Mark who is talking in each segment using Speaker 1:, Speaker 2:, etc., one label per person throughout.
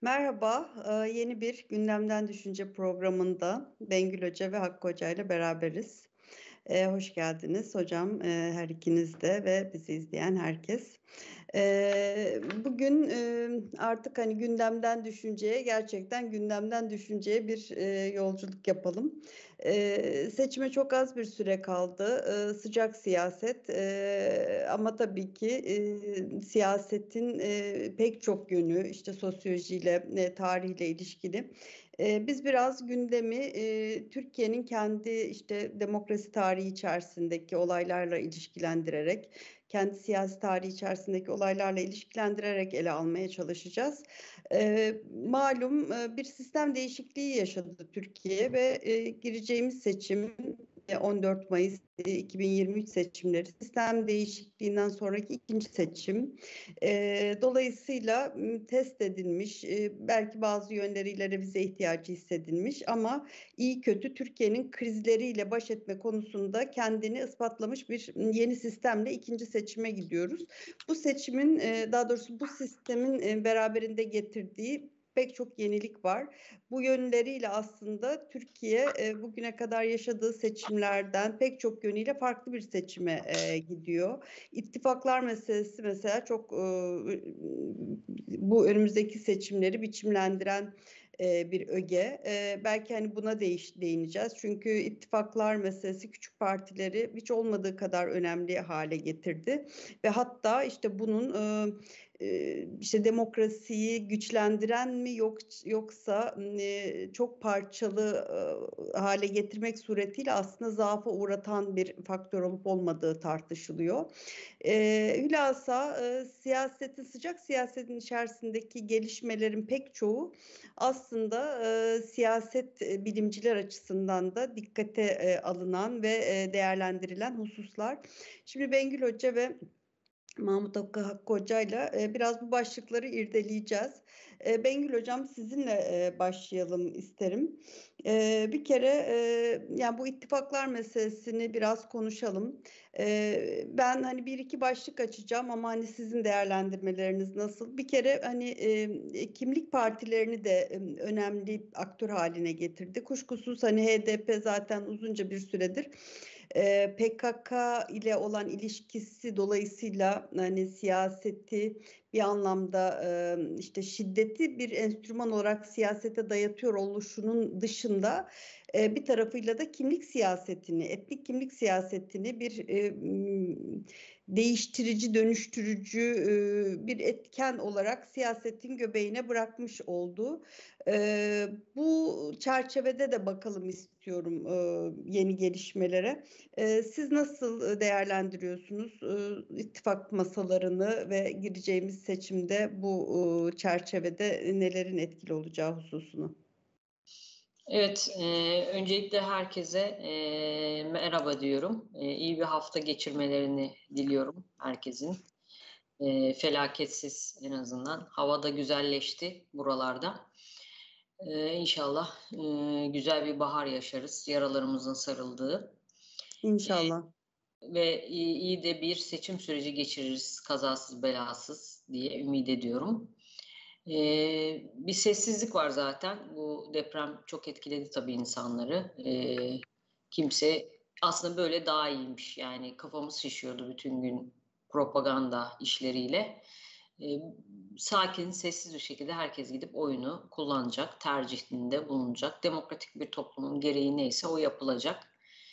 Speaker 1: Merhaba, yeni bir Gündemden Düşünce programında Bengül Hoca ve Hakkı Hoca ile beraberiz. Hoş geldiniz hocam, her ikiniz de ve bizi izleyen herkes. Bugün artık hani gündemden düşünceye, gerçekten gündemden düşünceye bir yolculuk yapalım. Seçime çok az bir süre kaldı. Sıcak siyaset, ama tabii ki siyasetin pek çok yönü, işte sosyolojiyle, tarihle ilişkili. Biz biraz gündemi Türkiye'nin kendi işte demokrasi tarihi içerisindeki olaylarla ilişkilendirerek, kendi siyasi tarihi içerisindeki olaylarla ilişkilendirerek ele almaya çalışacağız. Malum bir sistem değişikliği yaşadı Türkiye ve gireceğimiz seçim 14 Mayıs 2023 seçimleri sistem değişikliğinden sonraki ikinci seçim. Dolayısıyla test edilmiş, belki bazı yönleriyle revize ihtiyacı hissedilmiş ama iyi kötü Türkiye'nin krizleriyle baş etme konusunda kendini ispatlamış bir yeni sistemle ikinci seçime gidiyoruz. Bu seçimin, daha doğrusu bu sistemin beraberinde getirdiği pek çok yenilik var. Bu yönleriyle aslında Türkiye bugüne kadar yaşadığı seçimlerden pek çok yönüyle farklı bir seçime gidiyor. İttifaklar meselesi mesela çok bu önümüzdeki seçimleri biçimlendiren bir öge. Belki hani buna değineceğiz. Çünkü ittifaklar meselesi küçük partileri hiç olmadığı kadar önemli hale getirdi. Ve hatta işte bunun işte demokrasiyi güçlendiren mi yoksa çok parçalı hale getirmek suretiyle aslında zaafa uğratan bir faktör olup olmadığı tartışılıyor. Hülasa siyasetin, sıcak siyasetin içerisindeki gelişmelerin pek çoğu aslında siyaset bilimciler açısından da dikkate alınan ve değerlendirilen hususlar. Şimdi Bengül Hoca ve Mahmut Hakkı Hoca'yla biraz bu başlıkları irdeleyeceğiz. Bengül Hocam, sizinle başlayalım isterim. Bir kere yani bu ittifaklar meselesini biraz konuşalım. Ben hani bir iki başlık açacağım ama hani sizin değerlendirmeleriniz nasıl? Bir kere hani kimlik partilerini de önemli aktör haline getirdi. Kuşkusuz hani HDP zaten uzunca bir süredir PKK ile olan ilişkisi dolayısıyla hani siyaseti bir anlamda işte şiddeti bir enstrüman olarak siyasete dayatıyor oluşunun dışında bir tarafıyla da kimlik siyasetini, etnik kimlik siyasetini bir değiştirici, dönüştürücü bir etken olarak siyasetin göbeğine bırakmış oldu. Bu çerçevede de bakalım istiyorum yeni gelişmelere. Siz nasıl değerlendiriyorsunuz ittifak masalarını ve gireceğimiz seçimde bu çerçevede nelerin etkili olacağı hususunu?
Speaker 2: Evet, öncelikle herkese merhaba diyorum. İyi bir hafta geçirmelerini diliyorum herkesin. Felaketsiz en azından. Hava da güzelleşti buralarda. İnşallah güzel bir bahar yaşarız. Yaralarımızın sarıldığı.
Speaker 1: İnşallah.
Speaker 2: Ve iyi de bir seçim süreci geçiririz kazasız belasız diye ümit ediyorum. Bir sessizlik var zaten. Bu deprem çok etkiledi tabii insanları. Kimse aslında böyle daha iyiymiş. Yani kafamız şişiyordu bütün gün propaganda işleriyle. Ee, Sakin, sessiz bir şekilde herkes gidip oyunu kullanacak, tercihinde bulunacak. Demokratik bir toplumun gereği neyse o yapılacak.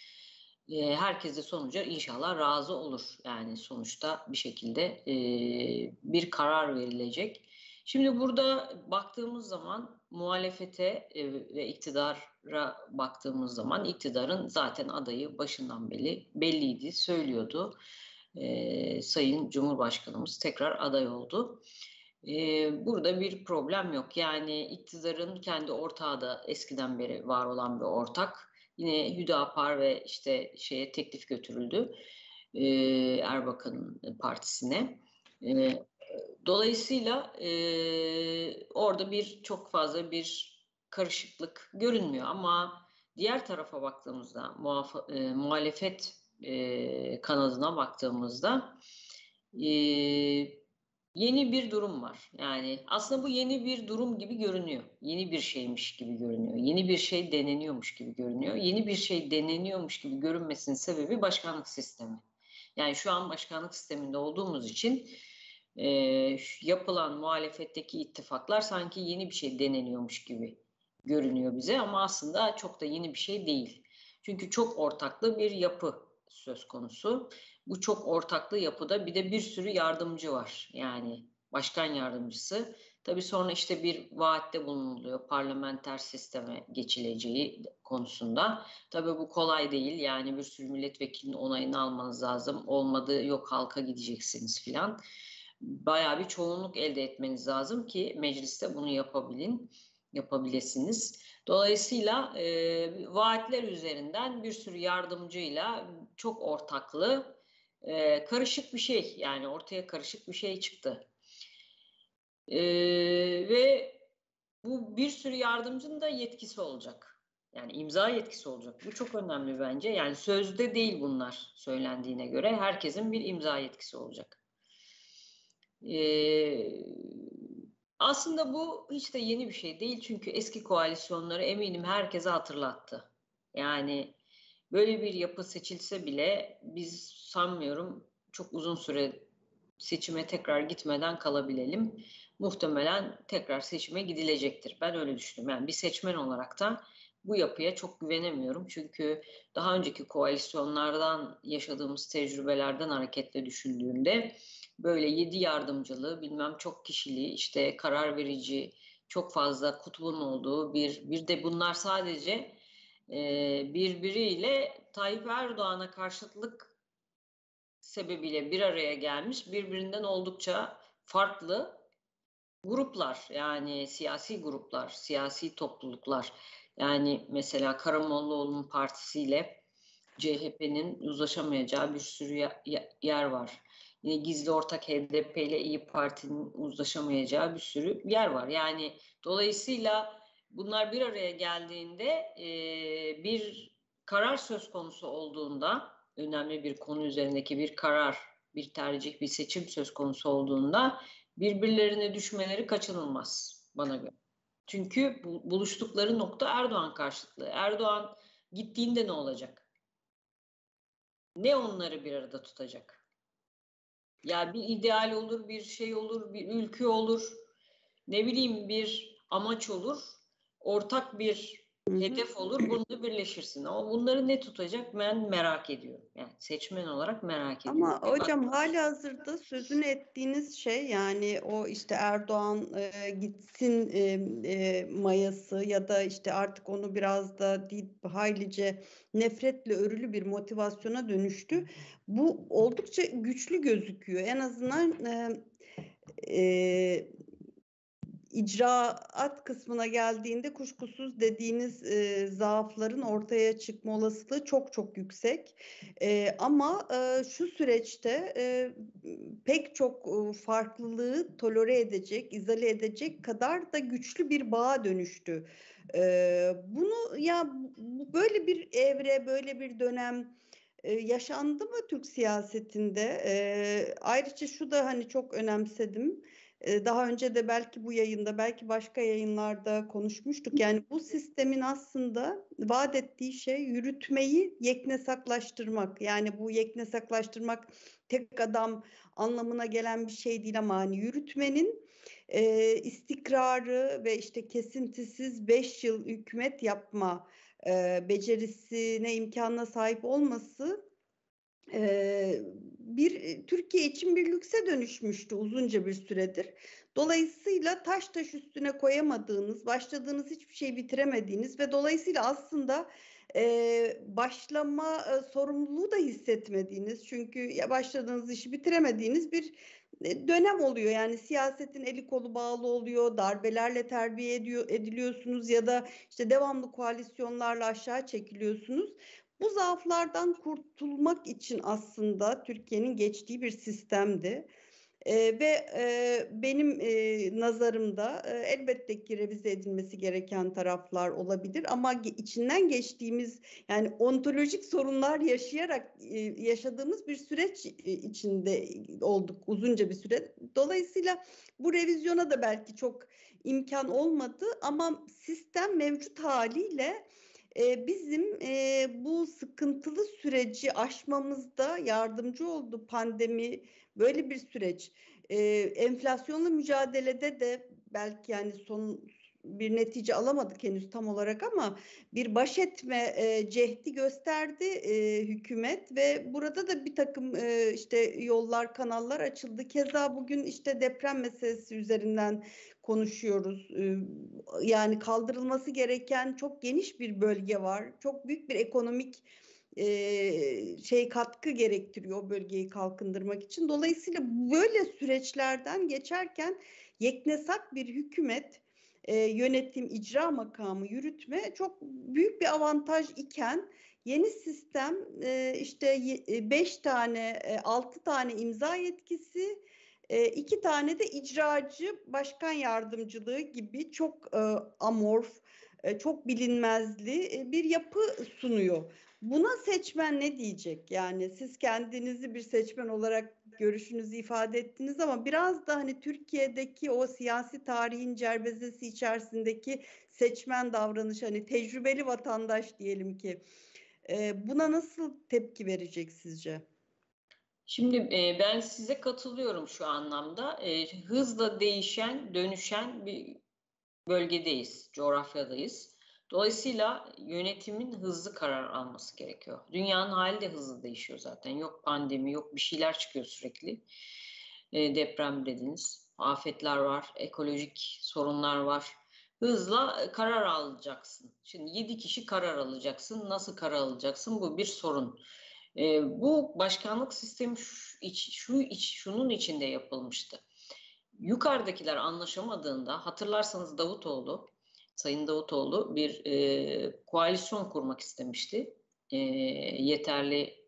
Speaker 2: Herkes de sonuca inşallah razı olur. Yani sonuçta bir şekilde bir karar verilecek. Şimdi burada baktığımız zaman muhalefete ve iktidara baktığımız zaman iktidarın zaten adayı başından belliydi, söylüyordu. Sayın Cumhurbaşkanımız tekrar aday oldu. Burada bir problem yok. Yani iktidarın kendi ortağı da eskiden beri var olan bir ortak. Yine Hüdapar ve işte teklif götürüldü Erbakan'ın partisine. E, Dolayısıyla orada çok fazla bir karışıklık görünmüyor ama diğer tarafa baktığımızda muhalefet kanadına baktığımızda e, Yeni bir durum var. Yani aslında bu yeni bir durum gibi görünüyor. Yeni bir şeymiş gibi görünüyor. Yeni bir şey deneniyormuş gibi görünüyor. Yeni bir şey deneniyormuş gibi görünmesinin sebebi başkanlık sistemi. Yani şu an başkanlık sisteminde olduğumuz için yapılan muhalefetteki ittifaklar sanki yeni bir şey deneniyormuş gibi görünüyor bize ama aslında çok da yeni bir şey değil. Çünkü çok ortaklı bir yapı söz konusu. Bu çok ortaklı yapıda bir de bir sürü yardımcı var. Yani başkan yardımcısı. Tabii sonra işte bir vaatte bulunuluyor parlamenter sisteme geçileceği konusunda. Tabii bu kolay değil. Yani bir sürü milletvekilinin onayını almanız lazım. Olmadı yok halka gideceksiniz filan. Bayağı bir çoğunluk elde etmeniz lazım ki mecliste bunu yapabilirsiniz. Dolayısıyla vaatler üzerinden bir sürü yardımcıyla çok ortaklı karışık bir şey yani ortaya karışık bir şey çıktı. Ve bu bir sürü yardımcının da yetkisi olacak. Yani imza yetkisi olacak. Bu çok önemli bence. Yani sözde değil bunlar söylendiğine göre. Herkesin bir imza yetkisi olacak. Aslında bu hiç de yeni bir şey değil. Çünkü eski koalisyonları eminim herkese hatırlattı. Yani böyle bir yapı seçilse bile biz sanmıyorum çok uzun süre seçime tekrar gitmeden kalabilelim. Muhtemelen tekrar seçime gidilecektir. Ben öyle düşünüyorum. Yani bir seçmen olarak da bu yapıya çok güvenemiyorum. Çünkü daha önceki koalisyonlardan yaşadığımız tecrübelerden hareketle düşündüğümde böyle 7 yardımcılı, bilmem çok kişili, işte karar verici, çok fazla kutbun olduğu bir de bunlar sadece birbiriyle Tayyip Erdoğan'a karşıtlık sebebiyle bir araya gelmiş, birbirinden oldukça farklı gruplar, yani siyasi gruplar, siyasi topluluklar. Yani mesela Karamollaoğlu'nun partisiyle CHP'nin uzlaşamayacağı bir sürü yer var. Yine gizli ortak HDP ile İYİ Parti'nin uzlaşamayacağı bir sürü yer var. Yani dolayısıyla bunlar bir araya geldiğinde bir karar söz konusu olduğunda, önemli bir konu üzerindeki bir karar, bir tercih, bir seçim söz konusu olduğunda birbirlerine düşmeleri kaçınılmaz bana göre. Çünkü buluştukları nokta Erdoğan karşıtlığı. Erdoğan gittiğinde ne olacak? Ne onları bir arada tutacak? Ya bir ideal olur, bir şey olur, bir ülke olur, ne bileyim bir amaç olur, ortak bir hedef olur, bununla birleşirsin. Ama bunları ne tutacak ben merak ediyorum. Yani seçmen olarak merak ediyorum.
Speaker 1: Ama hocam halihazırda sözünü ettiğiniz şey yani o işte Erdoğan gitsin mayası ya da işte artık onu biraz da haylice nefretle örülü bir motivasyona dönüştü. Bu oldukça güçlü gözüküyor. En azından icraat kısmına geldiğinde kuşkusuz dediğiniz zaafların ortaya çıkma olasılığı çok çok yüksek. Ama şu süreçte pek çok farklılığı tolere edecek, izole edecek kadar da güçlü bir bağa dönüştü. Bunu ya böyle bir evre, böyle bir dönem yaşandı mı Türk siyasetinde? Ayrıca şu da hani çok önemsedim. Daha önce de belki bu yayında, belki başka yayınlarda konuşmuştuk. Yani bu sistemin aslında vaat ettiği şey yürütmeyi yeknesaklaştırmak. Yani bu yeknesaklaştırmak tek adam anlamına gelen bir şey değil ama hani yürütmenin istikrarı ve işte kesintisiz 5 yıl hükümet yapma becerisine, imkanına sahip olması bir Türkiye için bir lükse dönüşmüştü uzunca bir süredir. Dolayısıyla taş taş üstüne koyamadığınız, başladığınız hiçbir şey bitiremediğiniz ve dolayısıyla aslında başlama sorumluluğu da hissetmediğiniz, çünkü ya başladığınız işi bitiremediğiniz bir dönem oluyor. Yani siyasetin eli kolu bağlı oluyor, darbelerle terbiye ediliyorsunuz ya da işte devamlı koalisyonlarla aşağı çekiliyorsunuz. Bu zaaflardan kurtulmak için aslında Türkiye'nin geçtiği bir sistemdi. Benim nazarımda elbette ki revize edilmesi gereken taraflar olabilir ama içinden geçtiğimiz yani ontolojik sorunlar yaşayarak yaşadığımız bir süreç içinde olduk uzunca bir süre. Dolayısıyla bu revizyona da belki çok imkan olmadı ama sistem mevcut haliyle bizim bu sıkıntılı süreci aşmamızda yardımcı oldu. Pandemi böyle bir süreç. Enflasyonla mücadelede de belki yani son bir netice alamadık henüz tam olarak ama bir baş etme cehdi gösterdi hükümet ve burada da bir takım işte yollar, kanallar açıldı. Keza bugün işte deprem meselesi üzerinden konuşuyoruz. Yani kaldırılması gereken çok geniş bir bölge var. Çok büyük bir ekonomik katkı gerektiriyor o bölgeyi kalkındırmak için. Dolayısıyla böyle süreçlerden geçerken yeknesak bir hükümet, yönetim, icra makamı yürütme çok büyük bir avantaj iken yeni sistem işte 5 tane, 6 tane imza yetkisi, 2 tane de icracı başkan yardımcılığı gibi çok amorf, çok bilinmezli bir yapı sunuyor. Buna seçmen ne diyecek? Yani siz kendinizi bir seçmen olarak görüşünüzü ifade ettiniz ama biraz da hani Türkiye'deki o siyasi tarihin cerbezesi içerisindeki seçmen davranışı, hani tecrübeli vatandaş diyelim ki, buna nasıl tepki verecek sizce?
Speaker 2: Şimdi ben size katılıyorum şu anlamda. Hızla değişen, dönüşen bir bölgedeyiz, coğrafyadayız. Dolayısıyla yönetimin hızlı karar alması gerekiyor. Dünyanın hali de hızlı değişiyor zaten. Yok pandemi, yok bir şeyler çıkıyor sürekli. Deprem dediniz, afetler var, ekolojik sorunlar var. Hızla karar alacaksın. Şimdi 7 kişi karar alacaksın. Nasıl karar alacaksın? Bu bir sorun. Bu başkanlık sistemi şunun içinde yapılmıştı. Yukarıdakiler anlaşamadığında hatırlarsanız Sayın Davutoğlu bir koalisyon kurmak istemişti. Yeterli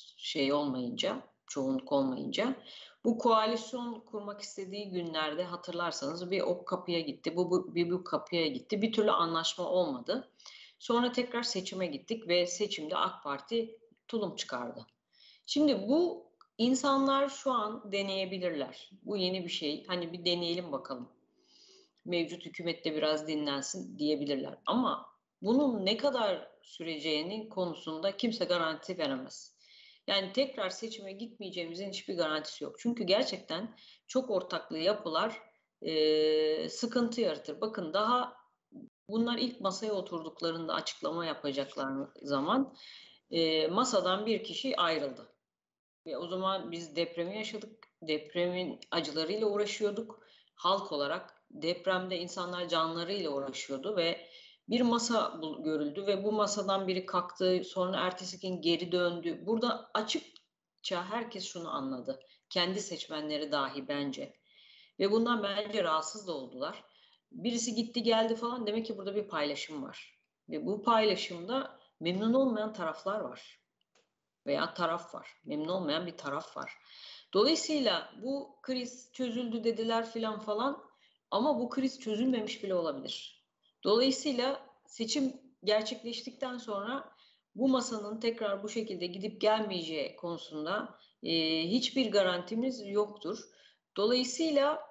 Speaker 2: çoğunluk olmayınca. Bu koalisyon kurmak istediği günlerde hatırlarsanız bir o kapıya gitti, bu kapıya gitti. Bir türlü anlaşma olmadı. Sonra tekrar seçime gittik ve seçimde AK Parti tulum çıkardı. Şimdi bu insanlar şu an deneyebilirler. Bu yeni bir şey. Hani bir deneyelim bakalım. Mevcut hükümette biraz dinlensin diyebilirler. Ama bunun ne kadar süreceğinin konusunda kimse garanti veremez. Yani tekrar seçime gitmeyeceğimizin hiçbir garantisi yok. Çünkü gerçekten çok ortaklı yapılar sıkıntı yaratır. Bakın bunlar ilk masaya oturduklarında açıklama yapacaklar zaman masadan bir kişi ayrıldı. Ve o zaman biz depremi yaşadık. Depremin acılarıyla uğraşıyorduk. Halk olarak depremde insanlar canlarıyla uğraşıyordu ve bir masa görüldü ve bu masadan biri kalktı. Sonra ertesi gün geri döndü. Burada açıkça herkes şunu anladı. Kendi seçmenleri dahi bence. Ve bundan bence rahatsız da oldular. Birisi gitti geldi falan, demek ki burada bir paylaşım var. Ve bu paylaşımda memnun olmayan taraflar var veya taraf var. Memnun olmayan bir taraf var. Dolayısıyla bu kriz çözüldü dediler filan falan ama bu kriz çözülmemiş bile olabilir. Dolayısıyla seçim gerçekleştikten sonra bu masanın tekrar bu şekilde gidip gelmeyeceği konusunda hiçbir garantimiz yoktur. Dolayısıyla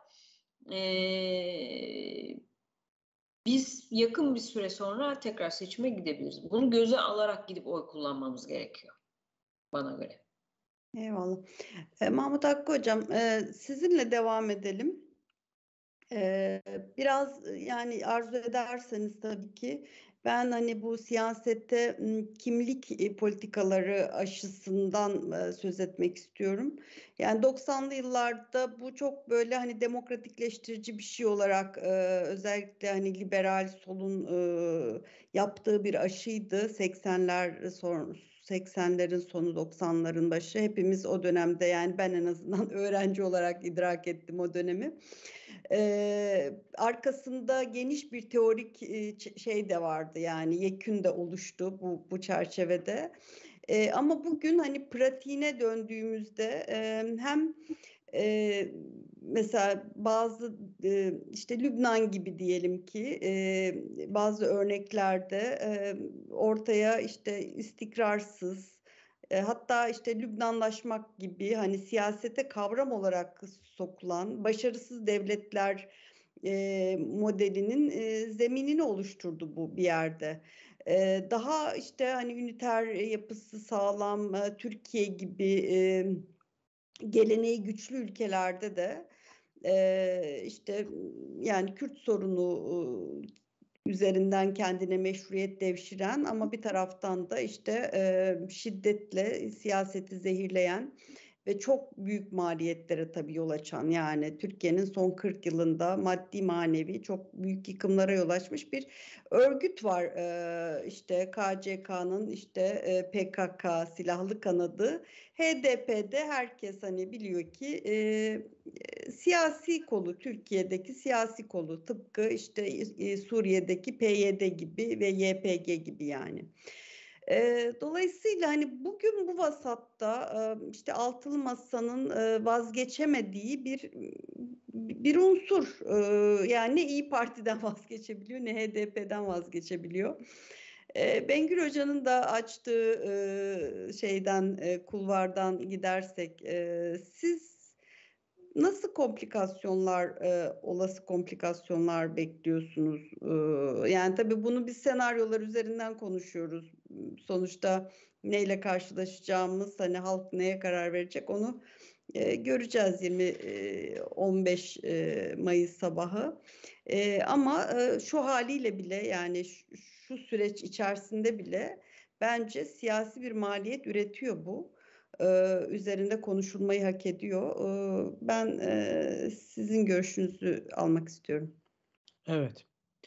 Speaker 2: biz yakın bir süre sonra tekrar seçime gidebiliriz. Bunu göze alarak gidip oy kullanmamız gerekiyor bana göre.
Speaker 1: Eyvallah. Mahmut Hakkı Hocam, sizinle devam edelim. Biraz yani arzu ederseniz tabii ki ben hani bu siyasette kimlik politikaları aşısından söz etmek istiyorum. Yani 90'lı yıllarda bu çok böyle hani demokratikleştirici bir şey olarak özellikle hani liberal solun yaptığı bir aşıydı. 80'lerin sonu 90'ların başı hepimiz o dönemde yani ben en azından öğrenci olarak idrak ettim o dönemi. Arkasında geniş bir teorik şey de vardı yani yekün de oluştu bu çerçevede. Ama bugün hani pratiğine döndüğümüzde hem Mesela bazı işte Lübnan gibi diyelim ki bazı örneklerde ortaya işte istikrarsız, hatta işte Lübnanlaşmak gibi hani siyasete kavram olarak sokulan başarısız devletler modelinin zeminini oluşturdu bu bir yerde. Daha işte hani üniter yapısı sağlam Türkiye gibi geleneği güçlü ülkelerde de işte yani Kürt sorunu üzerinden kendine meşruiyet devşiren ama bir taraftan da işte şiddetle siyaseti zehirleyen ve çok büyük maliyetlere tabii yol açan, yani Türkiye'nin son 40 yılında maddi manevi çok büyük yıkımlara yol açmış bir örgüt var. İşte KCK'nın işte PKK silahlı kanadı, HDP'de herkes hani biliyor ki siyasi kolu, Türkiye'deki siyasi kolu, tıpkı işte Suriye'deki PYD gibi ve YPG gibi yani. Dolayısıyla hani bugün bu vasatta işte altılı masanın vazgeçemediği bir unsur. Yani ne İyi Parti'den vazgeçebiliyor ne HDP'den vazgeçebiliyor. Bengül Hoca'nın da açtığı şeyden kulvardan gidersek siz nasıl komplikasyonlar, olası komplikasyonlar bekliyorsunuz? Yani tabii bunu biz senaryolar üzerinden konuşuyoruz. Sonuçta neyle karşılaşacağımız, hani halk neye karar verecek onu göreceğiz 15 Mayıs sabahı. Ama şu haliyle bile, yani şu süreç içerisinde bile bence siyasi bir maliyet üretiyor bu. Üzerinde konuşulmayı hak ediyor. Ben sizin görüşünüzü almak istiyorum.
Speaker 3: Evet.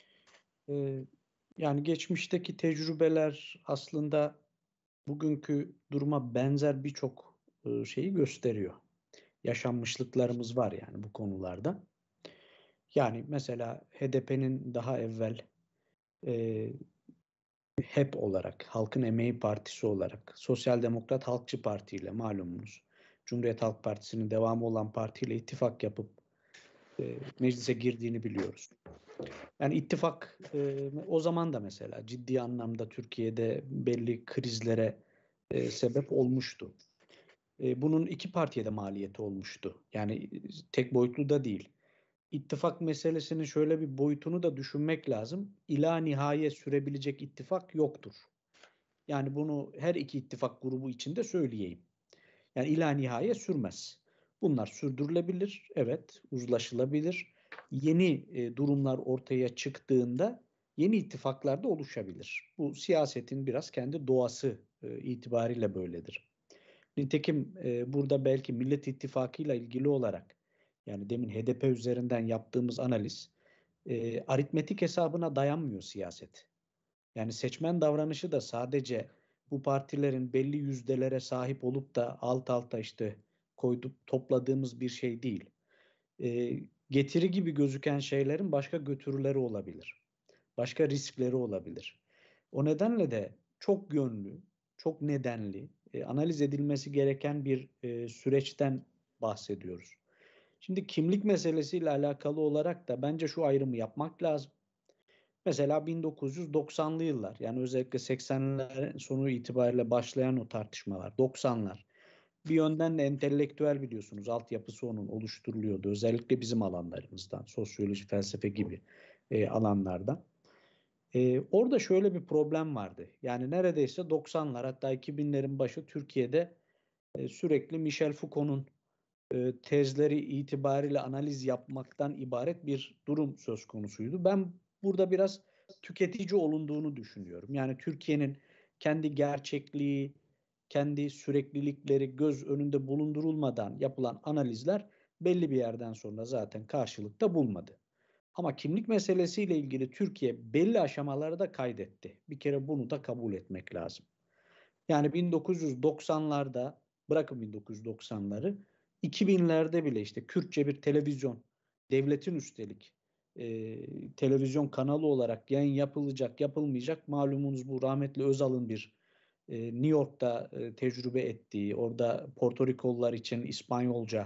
Speaker 3: Yani geçmişteki tecrübeler aslında bugünkü duruma benzer birçok şeyi gösteriyor. Yaşanmışlıklarımız var yani bu konularda. Yani mesela HDP'nin daha evvel e, HEP olarak, Halkın Emeği Partisi olarak, Sosyal Demokrat Halkçı Parti ile malumunuz, Cumhuriyet Halk Partisi'nin devamı olan partiyle ittifak yapıp meclise girdiğini biliyoruz. Yani ittifak o zaman da mesela ciddi anlamda Türkiye'de belli krizlere sebep olmuştu. Bunun iki partiye de maliyeti olmuştu. Yani tek boyutlu da değil. İttifak meselesinin şöyle bir boyutunu da düşünmek lazım. İla nihaye sürebilecek ittifak yoktur. Yani bunu her iki ittifak grubu içinde söyleyeyim. Yani ila nihaye sürmez. Bunlar sürdürülebilir, evet, uzlaşılabilir. Yeni durumlar ortaya çıktığında yeni ittifaklar da oluşabilir. Bu siyasetin biraz kendi doğası itibariyle böyledir. Nitekim burada belki Millet İttifakı ile ilgili olarak, yani demin HDP üzerinden yaptığımız analiz aritmetik hesabına dayanmıyor siyaset. Yani seçmen davranışı da sadece bu partilerin belli yüzdelere sahip olup da alt alta işte koyup topladığımız bir şey değil. Getiri gibi gözüken şeylerin başka götürüleri olabilir. Başka riskleri olabilir. O nedenle de çok yönlü, çok nedenli, analiz edilmesi gereken bir süreçten bahsediyoruz. Şimdi kimlik meselesiyle alakalı olarak da bence şu ayrımı yapmak lazım. Mesela 1990'lı yıllar, yani özellikle 80'lerin sonu itibariyle başlayan o tartışmalar, 90'lar. Bir yönden de entelektüel, biliyorsunuz, altyapısı onun oluşturuluyordu. Özellikle bizim alanlarımızdan, sosyoloji, felsefe gibi alanlardan. Orada şöyle bir problem vardı. Yani neredeyse 90'lar, hatta 2000'lerin başı Türkiye'de sürekli Michel Foucault'un tezleri itibariyle analiz yapmaktan ibaret bir durum söz konusuydu. Ben burada biraz tüketici olunduğunu düşünüyorum. Yani Türkiye'nin kendi gerçekliği, kendi süreklilikleri göz önünde bulundurulmadan yapılan analizler belli bir yerden sonra zaten karşılıkta bulmadı. Ama kimlik meselesiyle ilgili Türkiye belli aşamaları da kaydetti. Bir kere bunu da kabul etmek lazım. Yani 1990'larda, bırakın 1990'ları, 2000'lerde bile işte Kürtçe bir televizyon, devletin üstelik televizyon kanalı olarak yayın yapılacak, yapılmayacak, malumunuz bu rahmetli Özal'ın bir New York'ta tecrübe ettiği, orada Porto Rikoliler için İspanyolca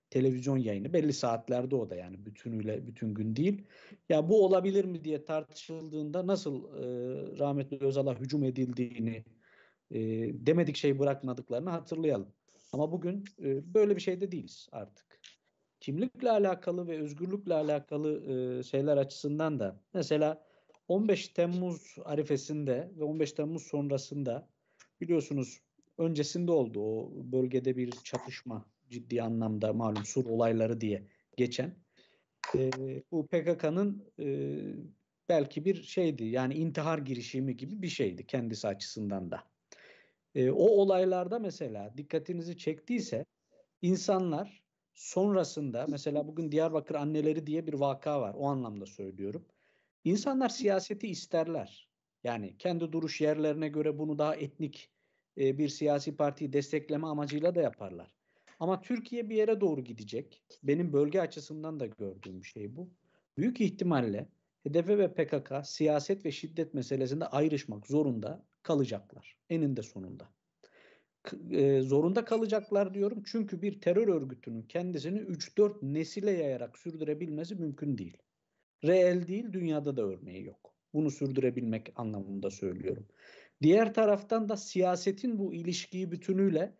Speaker 3: televizyon yayını belli saatlerde, o da yani bütünüyle bütün gün değil. Ya bu olabilir mi diye tartışıldığında nasıl rahmetli Özal'a hücum edildiğini, demedik şey bırakmadıklarını hatırlayalım. Ama bugün böyle bir şeyde değiliz artık. Kimlikle alakalı ve özgürlükle alakalı şeyler açısından da mesela 15 Temmuz arifesinde ve 15 Temmuz sonrasında biliyorsunuz öncesinde oldu o bölgede bir çatışma, ciddi anlamda malum Sur olayları diye geçen. Bu PKK'nın belki bir şeydi, yani intihar girişimi gibi bir şeydi kendisi açısından da. O olaylarda mesela dikkatinizi çektiyse insanlar sonrasında, mesela bugün Diyarbakır Anneleri diye bir vaka var, o anlamda söylüyorum. İnsanlar siyaseti isterler. Yani kendi duruş yerlerine göre bunu daha etnik bir siyasi partiyi destekleme amacıyla da yaparlar. Ama Türkiye bir yere doğru gidecek. Benim bölge açısından da gördüğüm bir şey bu. Büyük ihtimalle HDP ve PKK siyaset ve şiddet meselesinde ayrışmak zorunda kalacaklar eninde sonunda. Zorunda kalacaklar diyorum çünkü bir terör örgütünün kendisini 3-4 nesile yayarak sürdürebilmesi mümkün değil. Reel değil, dünyada da örneği yok. Bunu sürdürebilmek anlamında söylüyorum. Diğer taraftan da siyasetin bu ilişkiyi bütünüyle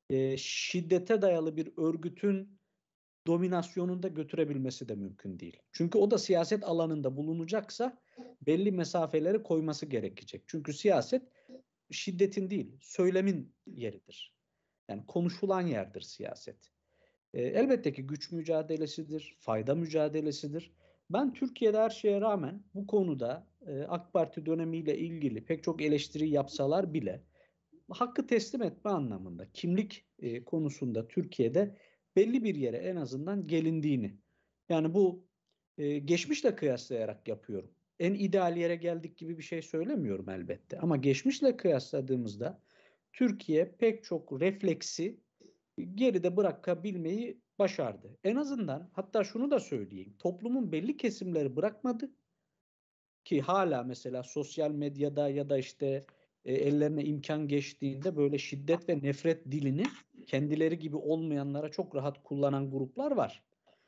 Speaker 3: şiddete dayalı bir örgütün dominasyonunda götürebilmesi de mümkün değil. Çünkü o da siyaset alanında bulunacaksa belli mesafeleri koyması gerekecek. Çünkü siyaset şiddetin değil, söylemin yeridir. Yani konuşulan yerdir siyaset. Elbette ki güç mücadelesidir, fayda mücadelesidir. Ben Türkiye'de her şeye rağmen bu konuda AK Parti dönemiyle ilgili pek çok eleştiri yapsalar bile hakkı teslim etme anlamında kimlik konusunda Türkiye'de belli bir yere en azından gelindiğini, yani bu geçmişle kıyaslayarak yapıyorum. En ideal yere geldik gibi bir şey söylemiyorum elbette. Ama geçmişle kıyasladığımızda Türkiye pek çok refleksi geride bırakabilmeyi başardı. En azından, hatta şunu da söyleyeyim, toplumun belli kesimleri bırakmadı ki hala mesela sosyal medyada ya da işte ellerine imkan geçtiğinde böyle şiddet ve nefret dilini kendileri gibi olmayanlara çok rahat kullanan gruplar var.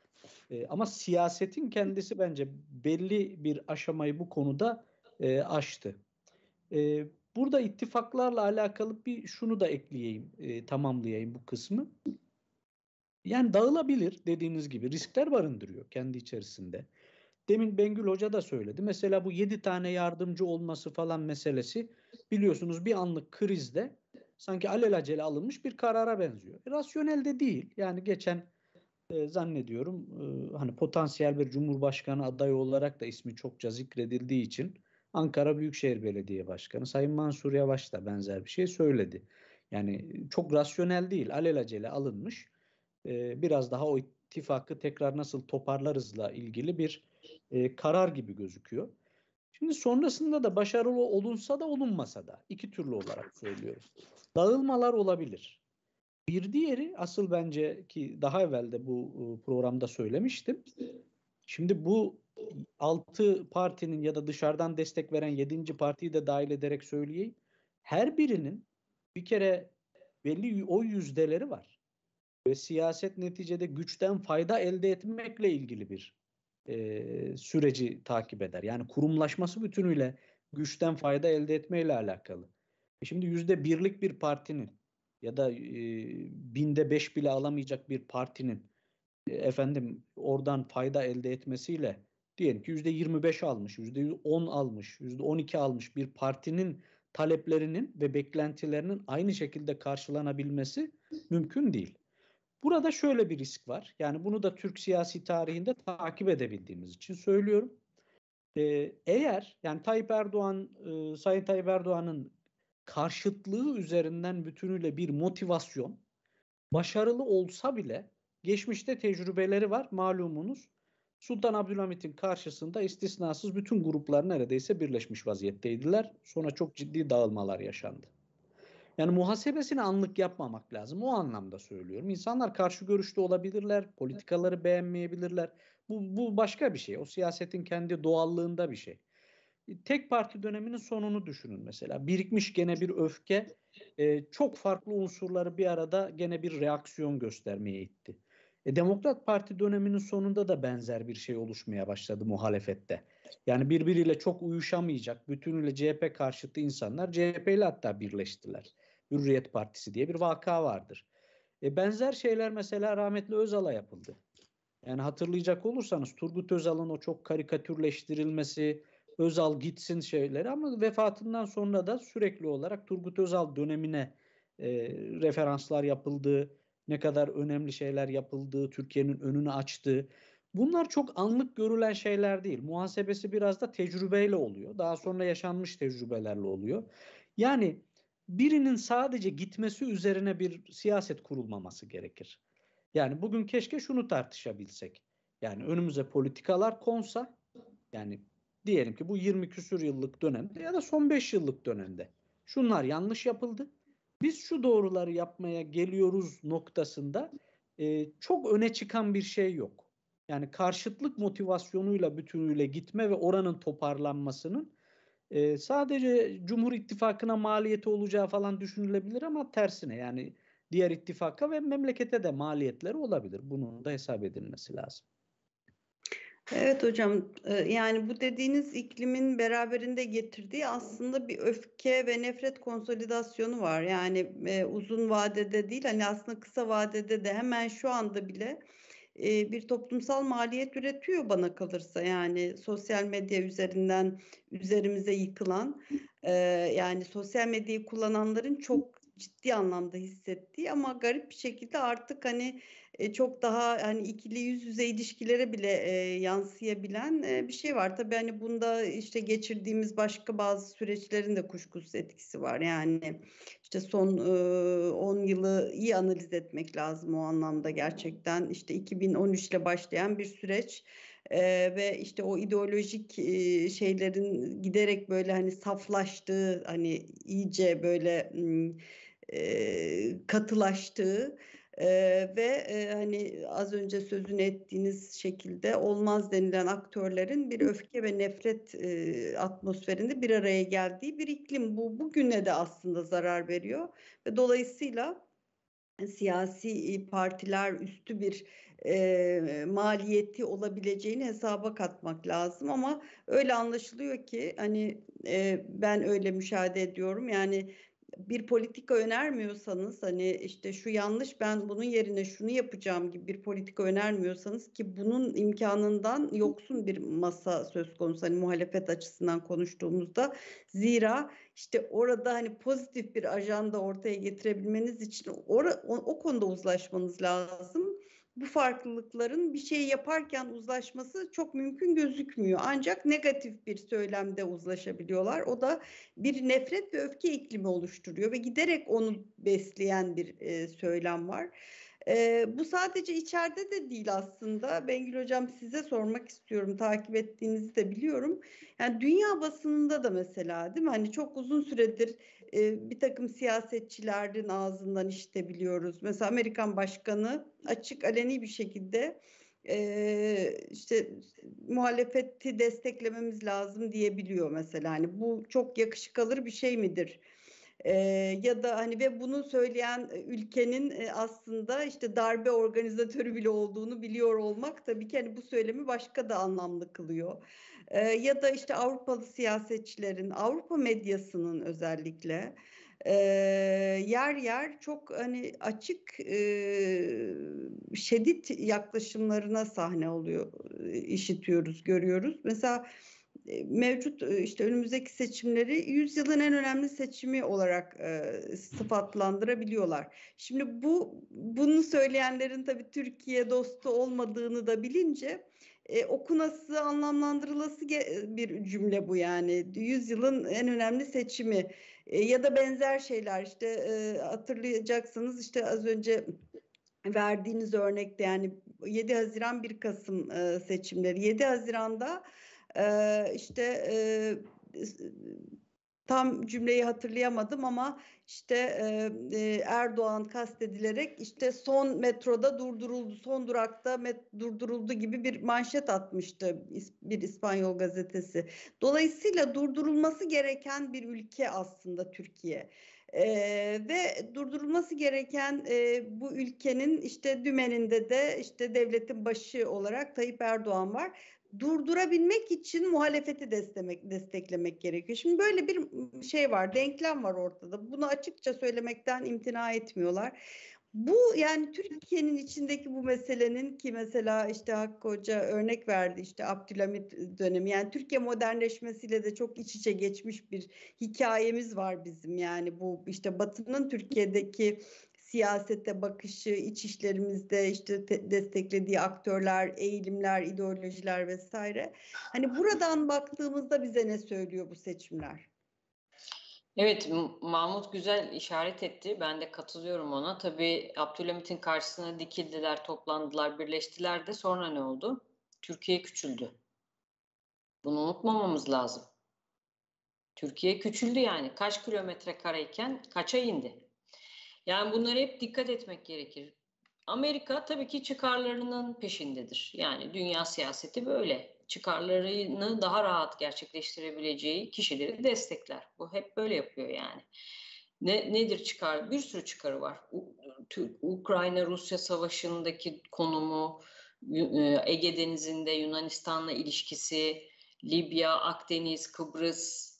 Speaker 3: Ama siyasetin kendisi bence belli bir aşamayı bu konuda aştı. Burada ittifaklarla alakalı bir şunu da ekleyeyim, tamamlayayım bu kısmı. Yani dağılabilir, dediğiniz gibi riskler barındırıyor kendi içerisinde. Demin Bengül Hoca da söyledi. Mesela bu 7 tane yardımcı olması falan meselesi biliyorsunuz bir anlık krizde sanki alelacele alınmış bir karara benziyor. Rasyonel de değil. Yani geçen zannediyorum hani potansiyel bir cumhurbaşkanı adayı olarak da ismi çokça zikredildiği için Ankara Büyükşehir Belediye Başkanı Sayın Mansur Yavaş da benzer bir şey söyledi. Yani çok rasyonel değil, alelacele alınmış. Biraz daha o ittifakı tekrar nasıl toparlarızla ilgili bir karar gibi gözüküyor. Şimdi sonrasında da başarılı olunsa da olunmasa da iki türlü olarak söylüyorum. Dağılmalar olabilir. Bir diğeri, asıl bence ki daha evvel de bu programda söylemiştim. Şimdi bu 6 partinin ya da dışarıdan destek veren 7. partiyi de dahil ederek söyleyeyim. Her birinin bir kere belli oy yüzdeleri var. Ve siyaset neticede güçten fayda elde etmekle ilgili bir süreci takip eder. Yani kurumlaşması bütünüyle güçten fayda elde etmeyle alakalı. Şimdi %1'lik bir partinin ya da binde 5 bile alamayacak bir partinin efendim oradan fayda elde etmesiyle diyelim ki %25 almış, %10 almış, %12 almış bir partinin taleplerinin ve beklentilerinin aynı şekilde karşılanabilmesi mümkün değil. Burada şöyle bir risk var. Yani bunu da Türk siyasi tarihinde takip edebildiğimiz için söylüyorum. Eğer yani Sayın Tayyip Erdoğan'ın karşıtlığı üzerinden bütünüyle bir motivasyon başarılı olsa bile geçmişte tecrübeleri var malumunuz. Sultan Abdülhamit'in karşısında istisnasız bütün gruplar neredeyse birleşmiş vaziyetteydiler. Sonra çok ciddi dağılmalar yaşandı. Yani muhasebesini anlık yapmamak lazım. O anlamda söylüyorum. İnsanlar karşı görüşte olabilirler, politikaları beğenmeyebilirler. Bu başka bir şey. O siyasetin kendi doğallığında bir şey. Tek parti döneminin sonunu düşünün mesela. Birikmiş gene bir öfke, çok farklı unsurları bir arada gene bir reaksiyon göstermeye itti. Demokrat Parti döneminin sonunda da benzer bir şey oluşmaya başladı muhalefette. Yani birbiriyle çok uyuşamayacak, bütünüyle CHP karşıtı insanlar CHP ile hatta birleştiler. Hürriyet Partisi diye bir vaka vardır. Benzer şeyler mesela rahmetli Özal'a yapıldı. Yani hatırlayacak olursanız Turgut Özal'ın o çok karikatürleştirilmesi, Özal gitsin şeyleri, ama vefatından sonra da sürekli olarak Turgut Özal dönemine referanslar yapıldı, ne kadar önemli şeyler yapıldığı, Türkiye'nin önünü açtığı. Bunlar çok anlık görülen şeyler değil. Muhasebesi biraz da tecrübeyle oluyor. Daha sonra yaşanmış tecrübelerle oluyor. Yani birinin sadece gitmesi üzerine bir siyaset kurulmaması gerekir. Yani bugün keşke şunu tartışabilsek. Yani önümüze politikalar konsa, yani diyelim ki bu 20 küsur yıllık dönemde ya da son 5 yıllık dönemde şunlar yanlış yapıldı. Biz şu doğruları yapmaya geliyoruz noktasında çok öne çıkan bir şey yok. Yani karşıtlık motivasyonuyla bütünüyle gitme ve oranın toparlanmasının sadece Cumhur İttifakı'na maliyeti olacağı falan düşünülebilir, ama tersine yani diğer ittifaka ve memlekete de maliyetleri olabilir. Bunun da hesap edilmesi lazım.
Speaker 1: Evet hocam, yani bu dediğiniz iklimin beraberinde getirdiği aslında bir öfke ve nefret konsolidasyonu var. Yani uzun vadede değil, hani aslında kısa vadede de hemen şu anda bile bir toplumsal maliyet üretiyor bana kalırsa. Yani sosyal medya üzerinden üzerimize yıkılan, yani sosyal medyayı kullananların çok ciddi anlamda hissettiği ama garip bir şekilde artık hani çok daha hani ikili yüz yüze ilişkilere bile yansıyabilen bir şey var. Tabii hani bunda işte geçirdiğimiz başka bazı süreçlerin de kuşkusuz etkisi var. Yani işte son 10 yılı iyi analiz etmek lazım o anlamda gerçekten. İşte 2013 ile başlayan bir süreç. Ve işte o ideolojik şeylerin giderek böyle hani saflaştığı, hani iyice böyle katılaştığı ve hani az önce sözünü ettiğiniz şekilde olmaz denilen aktörlerin bir öfke ve nefret atmosferinde bir araya geldiği bir iklim. Bu bugüne de aslında zarar veriyor ve dolayısıyla siyasi partiler üstü bir maliyeti olabileceğini hesaba katmak lazım, ama öyle anlaşılıyor ki hani ben öyle müşahede ediyorum. Yani bir politika önermiyorsanız, hani işte şu yanlış, ben bunun yerine şunu yapacağım gibi bir politika önermiyorsanız, ki bunun imkanından yoksun bir masa söz konusu hani muhalefet açısından konuştuğumuzda, zira işte orada hani pozitif bir ajanda ortaya getirebilmeniz için o konuda uzlaşmanız lazım. Bu farklılıkların bir şey yaparken uzlaşması çok mümkün gözükmüyor. Ancak negatif bir söylemde uzlaşabiliyorlar. O da bir nefret ve öfke iklimi oluşturuyor ve giderek onu besleyen bir söylem var. Bu sadece içeride de değil aslında. Bengül Hocam, size sormak istiyorum. Takip ettiğinizi de biliyorum. Yani dünya basınında da mesela, değil mi? Hani çok uzun süredir bir takım siyasetçilerin ağzından işitebiliyoruz. Mesela Amerikan Başkanı açık aleni bir şekilde işte muhalefeti desteklememiz lazım diyebiliyor mesela. Hani bu çok yakışık alır bir şey midir? Ya da hani ve bunu söyleyen ülkenin aslında işte darbe organizatörü bile olduğunu biliyor olmak tabii ki hani bu söylemi başka da anlamlı kılıyor. Ya da işte Avrupalı siyasetçilerin, Avrupa medyasının özellikle yer yer çok hani açık şiddet yaklaşımlarına sahne oluyor, işitiyoruz, görüyoruz. Mesela mevcut işte önümüzdeki seçimleri yüzyılın en önemli seçimi olarak sıfatlandırabiliyorlar. Şimdi bunu söyleyenlerin tabii Türkiye dostu olmadığını da bilince okunası, anlamlandırılası bir cümle bu yani. Yüzyılın en önemli seçimi ya da benzer şeyler işte hatırlayacaksınız, işte az önce verdiğiniz örnekte yani 7 Haziran 1 Kasım seçimleri. 7 Haziran'da işte tam cümleyi hatırlayamadım ama işte Erdoğan kastedilerek işte son metroda durduruldu, son durakta durduruldu gibi bir manşet atmıştı bir İspanyol gazetesi. Dolayısıyla durdurulması gereken bir ülke aslında Türkiye. Ve durdurulması gereken bu ülkenin işte dümeninde de işte devletin başı olarak Tayyip Erdoğan var. Durdurabilmek için muhalefeti desteklemek gerekiyor. Şimdi böyle bir şey var, denklem var ortada. Bunu açıkça söylemekten imtina etmiyorlar. Bu yani Türkiye'nin içindeki bu meselenin ki mesela işte Hakkı Hoca örnek verdi işte Abdülhamit dönemi, yani Türkiye modernleşmesiyle de çok iç içe geçmiş bir hikayemiz var bizim. Yani bu işte Batı'nın Türkiye'deki siyasete bakışı, iç işlerimizde işte desteklediği aktörler, eğilimler, ideolojiler vesaire. Hani buradan baktığımızda bize ne söylüyor bu seçimler?
Speaker 2: Evet, Mahmut güzel işaret etti. Ben de katılıyorum ona. Tabii Abdülhamit'in karşısına dikildiler, toplandılar, birleştiler de sonra ne oldu? Türkiye küçüldü. Bunu unutmamamız lazım. Türkiye küçüldü yani. Kaç kilometre kareyken kaça indi? Yani bunlara hep dikkat etmek gerekir. Amerika tabii ki çıkarlarının peşindedir. Yani dünya siyaseti böyle. Çıkarlarını daha rahat gerçekleştirebileceği kişileri destekler. Bu hep böyle yapıyor yani. Nedir çıkar? Bir sürü çıkarı var. Ukrayna-Rusya savaşındaki konumu, Ege Denizi'nde Yunanistan'la ilişkisi, Libya, Akdeniz, Kıbrıs,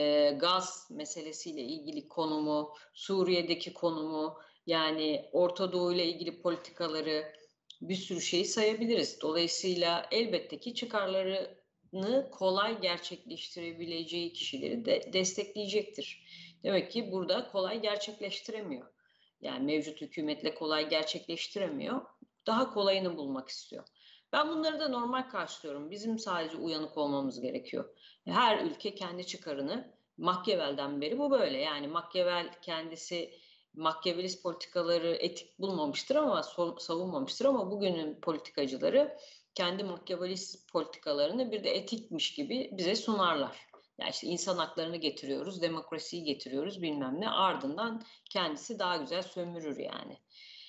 Speaker 2: gaz meselesiyle ilgili konumu, Suriye'deki konumu, yani Orta Doğu ile ilgili politikaları, bir sürü şeyi sayabiliriz. Dolayısıyla elbette ki çıkarlarını kolay gerçekleştirebileceği kişileri de destekleyecektir. Demek ki burada kolay gerçekleştiremiyor. Yani mevcut hükümetle kolay gerçekleştiremiyor. Daha kolayını bulmak istiyor. Ben bunları da normal karşılıyorum. Bizim sadece uyanık olmamız gerekiyor. Her ülke kendi çıkarını, Machiavelli'den beri bu böyle. Yani Machiavelli kendisi Machiavellist politikaları etik bulmamıştır ama savunmamıştır, ama bugünün politikacıları kendi Machiavellist politikalarını bir de etikmiş gibi bize sunarlar. Yani işte insan haklarını getiriyoruz, demokrasiyi getiriyoruz, bilmem ne. Ardından kendisi daha güzel sömürür yani.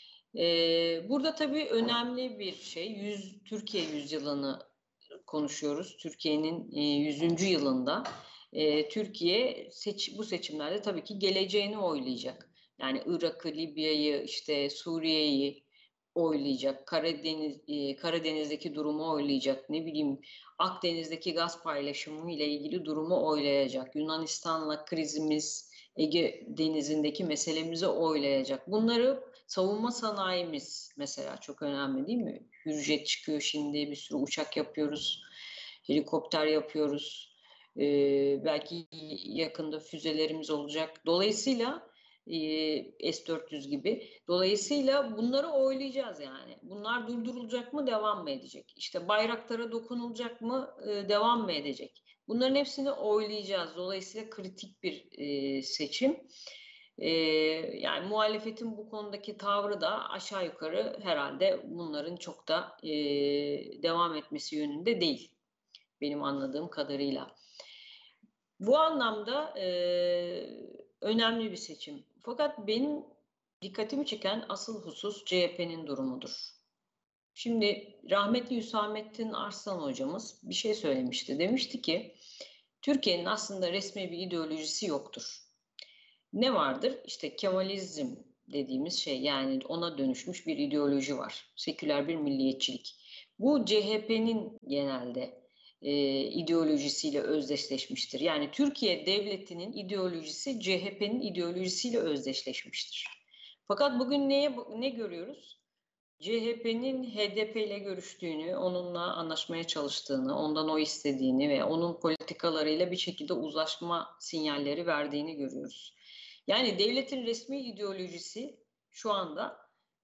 Speaker 2: Burada tabii önemli bir şey, Türkiye yüzyılını konuşuyoruz. Türkiye'nin 100. yılında Türkiye bu seçimlerde tabii ki geleceğini oylayacak. Yani Irak'ı, Libya'yı, işte Suriye'yi oylayacak. Karadeniz'deki durumu oylayacak. Ne bileyim, Akdeniz'deki gaz paylaşımı ile ilgili durumu oylayacak. Yunanistan'la krizimiz, Ege Denizi'ndeki meselemizi oylayacak. Bunları savunma sanayimiz mesela çok önemli değil mi? Hürjet çıkıyor şimdi, bir sürü uçak yapıyoruz, helikopter yapıyoruz. Belki yakında füzelerimiz olacak. Dolayısıyla S-400 gibi. Dolayısıyla bunları oylayacağız yani. Bunlar durdurulacak mı, devam mı edecek? İşte Bayraktar'a dokunulacak mı, devam mı edecek? Bunların hepsini oylayacağız. Dolayısıyla kritik bir seçim. Yani muhalefetin bu konudaki tavrı da aşağı yukarı herhalde bunların çok da devam etmesi yönünde değil. Benim anladığım kadarıyla. Bu anlamda önemli bir seçim. Fakat benim dikkatimi çeken asıl husus CHP'nin durumudur. Şimdi rahmetli Hüsamettin Arslan hocamız bir şey söylemişti. Demişti ki Türkiye'nin aslında resmi bir ideolojisi yoktur. Ne vardır? İşte Kemalizm dediğimiz şey, yani ona dönüşmüş bir ideoloji var. Seküler bir milliyetçilik. Bu CHP'nin genelde ideolojisiyle özdeşleşmiştir. Yani Türkiye devletinin ideolojisi CHP'nin ideolojisiyle özdeşleşmiştir. Fakat bugün ne görüyoruz? CHP'nin HDP ile görüştüğünü, onunla anlaşmaya çalıştığını, ondan oy istediğini ve onun politikalarıyla bir şekilde uzlaşma sinyalleri verdiğini görüyoruz. Yani devletin resmi ideolojisi şu anda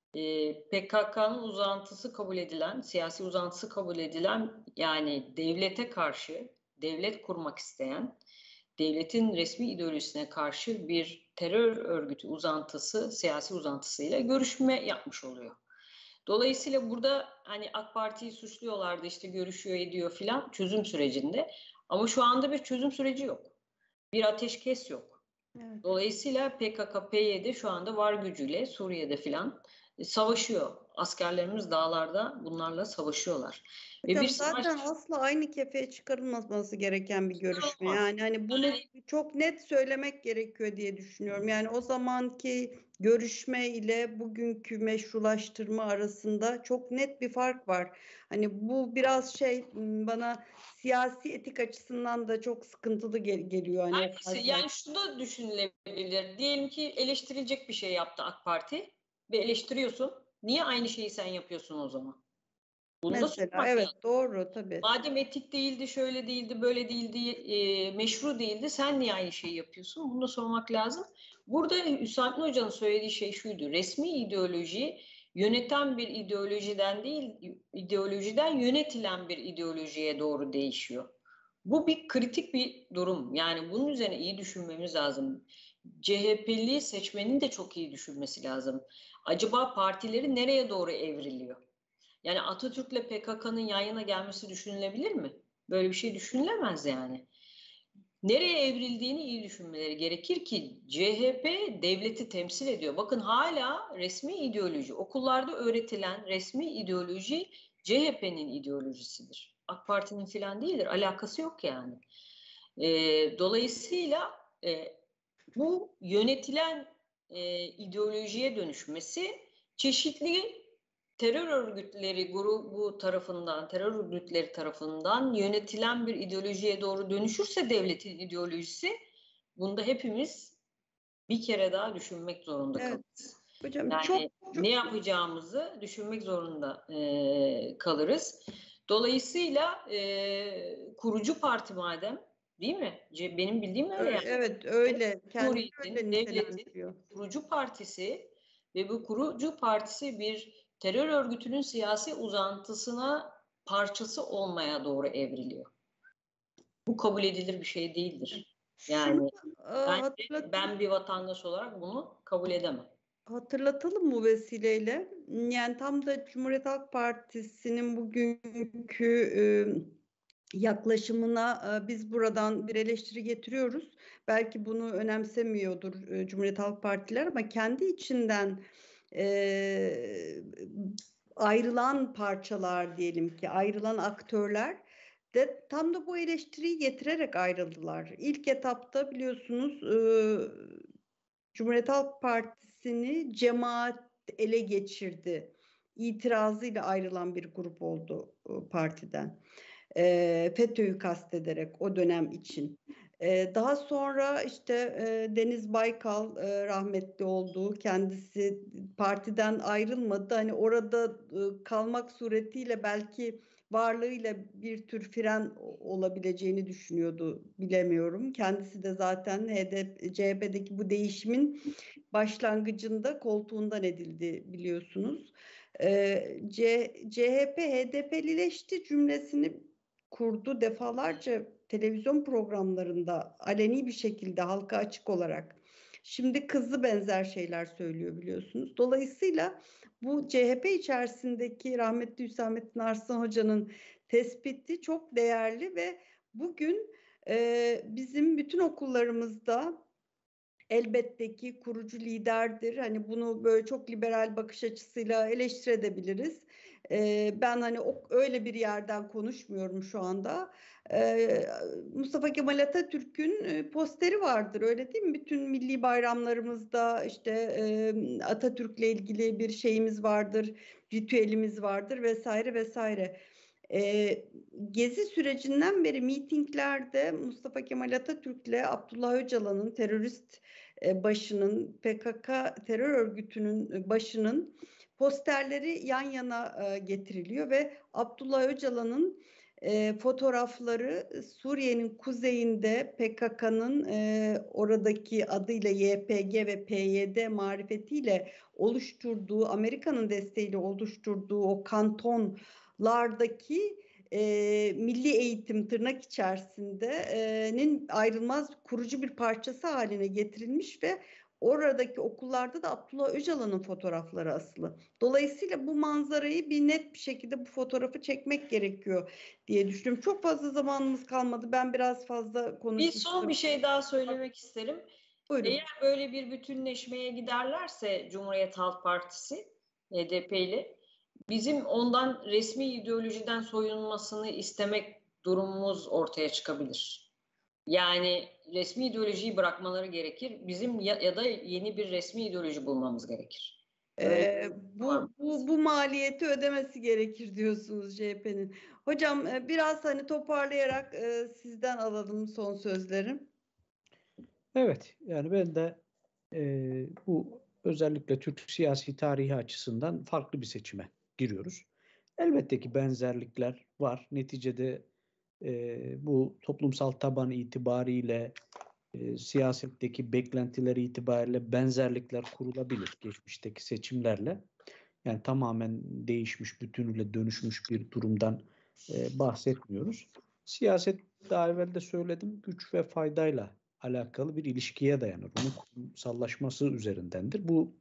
Speaker 2: PKK'nın uzantısı kabul edilen, siyasi uzantısı kabul edilen, yani devlete karşı, devlet kurmak isteyen, devletin resmi ideolojisine karşı bir terör örgütü uzantısı, siyasi uzantısıyla görüşme yapmış oluyor. Dolayısıyla burada hani AK Parti'yi suçluyorlardı, işte görüşüyor ediyor filan çözüm sürecinde, ama şu anda bir çözüm süreci yok. Bir ateşkes yok. Evet. Dolayısıyla PKK-PYD şu anda var gücüyle Suriye'de filan savaşıyor. Askerlerimiz dağlarda bunlarla savaşıyorlar. Ve
Speaker 1: Hocam
Speaker 2: bir savaş
Speaker 1: zaten asla aynı kefeye çıkarılmaması gereken bir görüşme.
Speaker 2: olmaz.
Speaker 1: Yani hani bunu çok net söylemek gerekiyor diye düşünüyorum. Yani o zamanki görüşme ile bugünkü meşrulaştırma arasında çok net bir fark var. Hani bu biraz bana siyasi etik açısından da çok sıkıntılı geliyor. Hani o
Speaker 2: Yani şu da düşünülebilir. Diyelim ki eleştirilecek bir şey yaptı AK Parti ve eleştiriyorsun. Niye aynı şeyi sen yapıyorsun o zaman? Bunu da
Speaker 1: mesela
Speaker 2: sormak
Speaker 1: evet
Speaker 2: lazım.
Speaker 1: doğru tabii.
Speaker 2: Madem etik değildi, şöyle değildi, böyle değildi, meşru değildi, sen niye aynı şeyi yapıyorsun? Bunu da sormak lazım. Burada Hüsamettin Hoca'nın söylediği şey şuydu. Resmi ideoloji yöneten bir ideolojiden değil, ideolojiden yönetilen bir ideolojiye doğru değişiyor. Bu bir kritik bir durum. Yani bunun üzerine iyi düşünmemiz lazım. CHP'li seçmenin de çok iyi düşünmesi lazım. Acaba partileri nereye doğru evriliyor? Yani Atatürk'le PKK'nın yan yana gelmesi düşünülebilir mi? Böyle bir şey düşünülemez yani. Nereye evrildiğini iyi düşünmeleri gerekir ki CHP devleti temsil ediyor. Bakın hala resmi ideoloji, okullarda öğretilen resmi ideoloji CHP'nin ideolojisidir. AK Parti'nin filan değildir. Alakası yok yani. Dolayısıyla bu yönetilen ideolojiye dönüşmesi çeşitli terör örgütleri grubu tarafından, terör örgütleri tarafından yönetilen bir ideolojiye doğru dönüşürse devletin ideolojisi, bunda hepimiz bir kere daha düşünmek zorunda kalırız.
Speaker 1: Hocam
Speaker 2: Yani ne yapacağımızı düşünmek zorunda kalırız. Dolayısıyla kurucu parti madem, değil mi? Benim bildiğim öyle yani.
Speaker 1: Evet öyle. Kendini öyle
Speaker 2: Devletin
Speaker 1: nitelendiriyor.
Speaker 2: kurucu partisi ve bu kurucu partisi bir terör örgütünün siyasi uzantısına parçası olmaya doğru evriliyor. Bu kabul edilir bir şey değildir. Yani ben bir vatandaş olarak bunu kabul edemem.
Speaker 1: Hatırlatalım bu vesileyle. Yani tam da Cumhuriyet Halk Partisi'nin bugünkü yaklaşımına biz buradan bir eleştiri getiriyoruz. Belki bunu önemsemiyordur Cumhuriyet Halk Partiler ama kendi içinden ayrılan parçalar diyelim ki ayrılan aktörler de tam da bu eleştiriyi getirerek ayrıldılar. İlk etapta biliyorsunuz Cumhuriyet Halk Partisi'ni cemaat ele geçirdi. İtirazıyla ayrılan bir grup oldu partiden. FETÖ'yü kastederek o dönem için. Daha sonra işte Deniz Baykal rahmetli oldu. Kendisi partiden ayrılmadı. Hani orada kalmak suretiyle belki varlığıyla bir tür fren olabileceğini düşünüyordu. Bilemiyorum. Kendisi de zaten CHP'deki bu değişimin başlangıcında koltuğundan edildi biliyorsunuz. CHP HDP'lileşti cümlesini kurdu defalarca televizyon programlarında aleni bir şekilde halka açık olarak. Şimdi kızı benzer şeyler söylüyor biliyorsunuz. Dolayısıyla bu CHP içerisindeki rahmetli Hüsamettin Arslan Hoca'nın tespiti çok değerli ve bugün bizim bütün okullarımızda elbette ki kurucu liderdir. Hani bunu böyle çok liberal bakış açısıyla eleştirebiliriz. Ben hani öyle bir yerden konuşmuyorum şu anda. Mustafa Kemal Atatürk'ün posteri vardır, öyle değil mi? Bütün milli bayramlarımızda işte Atatürk'le ilgili bir şeyimiz vardır, ritüelimiz vardır vesaire vesaire. Gezi sürecinden beri mitinglerde Mustafa Kemal Atatürk'le Abdullah Öcalan'ın terörist başının, PKK terör örgütünün başının posterleri yan yana getiriliyor ve Abdullah Öcalan'ın fotoğrafları Suriye'nin kuzeyinde PKK'nın oradaki adıyla YPG ve PYD marifetiyle oluşturduğu, Amerika'nın desteğiyle oluşturduğu o kantonlardaki milli eğitim tırnak içerisinde'nin ayrılmaz kurucu bir parçası haline getirilmiş ve oradaki okullarda da Abdullah Öcalan'ın fotoğrafları asılı. Dolayısıyla bu manzarayı bir net bir şekilde bu fotoğrafı çekmek gerekiyor diye düşünüyorum. Çok fazla zamanımız kalmadı. Ben biraz fazla konuşmuştum.
Speaker 2: Son bir şey daha söylemek isterim.
Speaker 1: Buyurun.
Speaker 2: Eğer böyle bir bütünleşmeye giderlerse Cumhuriyet Halk Partisi HDP ile. Bizim ondan resmi ideolojiden soyunmasını istemek durumumuz ortaya çıkabilir. Yani resmi ideolojiyi bırakmaları gerekir. Bizim ya da yeni bir resmi ideoloji bulmamız gerekir.
Speaker 1: Bu maliyeti ödemesi gerekir diyorsunuz CHP'nin. Hocam biraz hani toparlayarak sizden alalım son sözlerim.
Speaker 3: Evet, yani ben de bu özellikle Türk siyasi tarihi açısından farklı bir seçime giriyoruz. Elbette ki benzerlikler var. Neticede bu toplumsal taban itibariyle siyasetteki beklentileri itibariyle benzerlikler kurulabilir geçmişteki seçimlerle. Yani tamamen değişmiş, bütünüyle dönüşmüş bir durumdan bahsetmiyoruz. Siyaset, daha evvel de söyledim, güç ve faydayla alakalı bir ilişkiye dayanır. Onun kurumsallaşması üzerindendir. Bu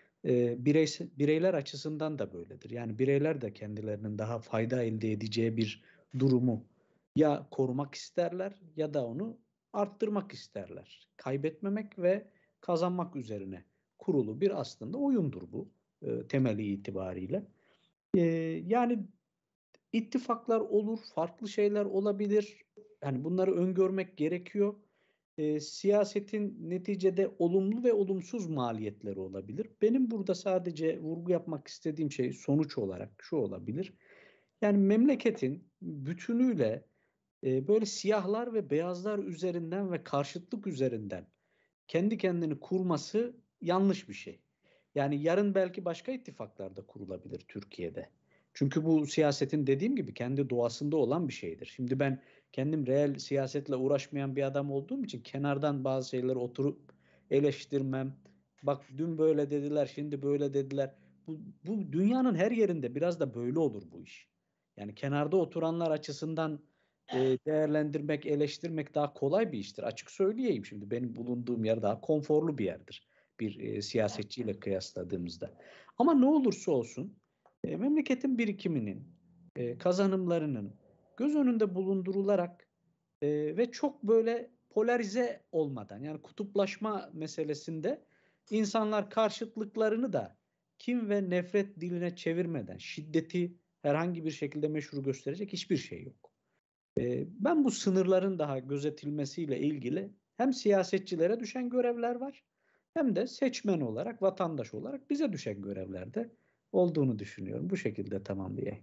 Speaker 3: bireyler açısından da böyledir. Yani bireyler de kendilerinin daha fayda elde edeceği bir durumu ya korumak isterler ya da onu arttırmak isterler. Kaybetmemek ve kazanmak üzerine kurulu bir aslında oyundur bu temeli itibariyle. Yani ittifaklar olur, farklı şeyler olabilir. Yani bunları öngörmek gerekiyor. Siyasetin neticede olumlu ve olumsuz maliyetleri olabilir. Benim burada sadece vurgu yapmak istediğim şey sonuç olarak şu olabilir. Yani memleketin bütünüyle böyle siyahlar ve beyazlar üzerinden ve karşıtlık üzerinden kendi kendini kurması yanlış bir şey. Yani yarın belki başka ittifaklar da kurulabilir Türkiye'de. Çünkü bu siyasetin dediğim gibi kendi doğasında olan bir şeydir. Şimdi ben kendim reel siyasetle uğraşmayan bir adam olduğum için kenardan bazı şeyleri oturup eleştirmem. Bak dün böyle dediler, şimdi böyle dediler. Bu dünyanın her yerinde biraz da böyle olur bu iş. Yani kenarda oturanlar açısından değerlendirmek, eleştirmek daha kolay bir iştir. Açık söyleyeyim, şimdi benim bulunduğum yer daha konforlu bir yerdir bir siyasetçiyle kıyasladığımızda. Ama ne olursa olsun memleketin birikiminin, kazanımlarının göz önünde bulundurularak ve çok böyle polarize olmadan, yani kutuplaşma meselesinde insanlar karşıtlıklarını da kin ve nefret diline çevirmeden şiddeti herhangi bir şekilde meşru gösterecek hiçbir şey yok. Ben bu sınırların daha gözetilmesiyle ilgili hem siyasetçilere düşen görevler var hem de seçmen olarak, vatandaş olarak bize düşen görevlerde olduğunu düşünüyorum. Bu şekilde tamamlayayım.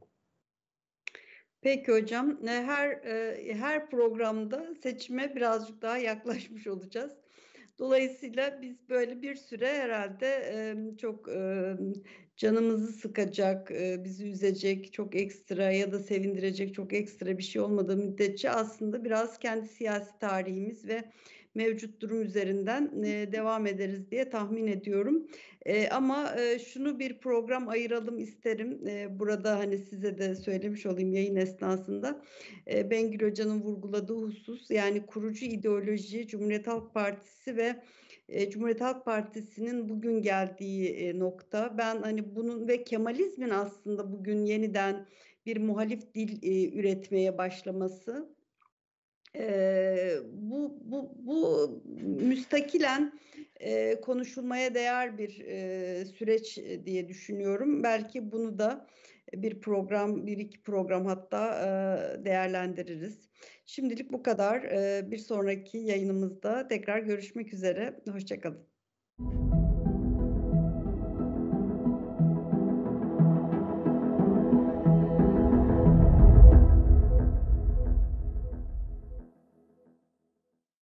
Speaker 1: Peki hocam, her programda seçime birazcık daha yaklaşmış olacağız. Dolayısıyla biz böyle bir süre herhalde çok canımızı sıkacak, bizi üzecek, çok ekstra ya da sevindirecek çok ekstra bir şey olmadığı müddetçe aslında biraz kendi siyasi tarihimiz ve mevcut durum üzerinden devam ederiz diye tahmin ediyorum. Ama şunu bir program ayıralım isterim. Burada hani size de söylemiş olayım yayın esnasında. Bengül Hoca'nın vurguladığı husus, yani kurucu ideoloji Cumhuriyet Halk Partisi ve Cumhuriyet Halk Partisi'nin bugün geldiği nokta. Ben hani bunun ve Kemalizmin aslında bugün yeniden bir muhalif dil üretmeye başlaması. Bu müstakilen konuşulmaya değer bir süreç diye düşünüyorum. Belki bunu da bir iki program hatta değerlendiririz. Şimdilik bu kadar. Bir sonraki yayınımızda tekrar görüşmek üzere. Hoşça kalın.